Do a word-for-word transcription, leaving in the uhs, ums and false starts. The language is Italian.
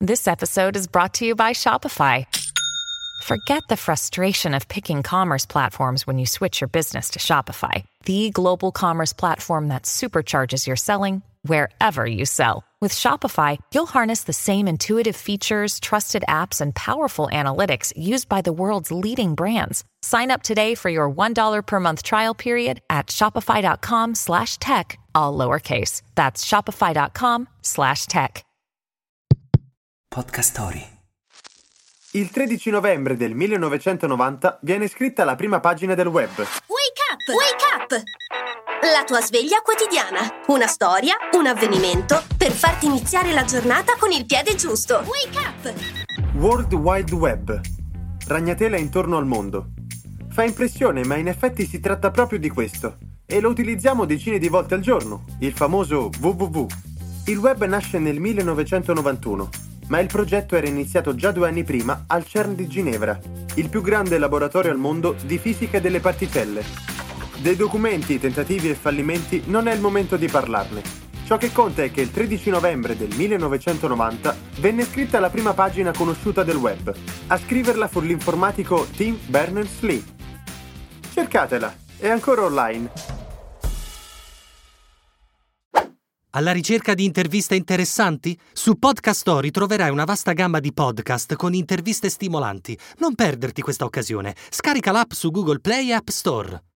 This episode is brought to you by Shopify. Forget the frustration of picking commerce platforms when you switch your business to Shopify, the global commerce platform that supercharges your selling wherever you sell. With Shopify, you'll harness the same intuitive features, trusted apps, and powerful analytics used by the world's leading brands. Sign up today for your one dollar per month trial period at shopify.com slash tech, all lowercase. That's shopify.com slash tech. Podcast Story. Il tredici novembre del millenovecentonovanta viene scritta la prima pagina del web. Wake up! Wake up! La tua sveglia quotidiana. Una storia, un avvenimento per farti iniziare la giornata con il piede giusto. Wake up! World Wide Web. Ragnatela intorno al mondo. Fa impressione, ma in effetti si tratta proprio di questo. E lo utilizziamo decine di volte al giorno, il famoso W W W. Il web nasce nel millenovecentonovantuno, ma il progetto era iniziato già due anni prima al CERN di Ginevra, il più grande laboratorio al mondo di fisica delle particelle. Dei documenti, tentativi e fallimenti non è il momento di parlarne. Ciò che conta è che il tredici novembre del millenovecentonovanta venne scritta la prima pagina conosciuta del web. A scriverla fu l'informatico Tim Berners-Lee. Cercatela, è ancora online. Alla ricerca di interviste interessanti? Su Podcast Story troverai una vasta gamma di podcast con interviste stimolanti. Non perderti questa occasione. Scarica l'app su Google Play e App Store.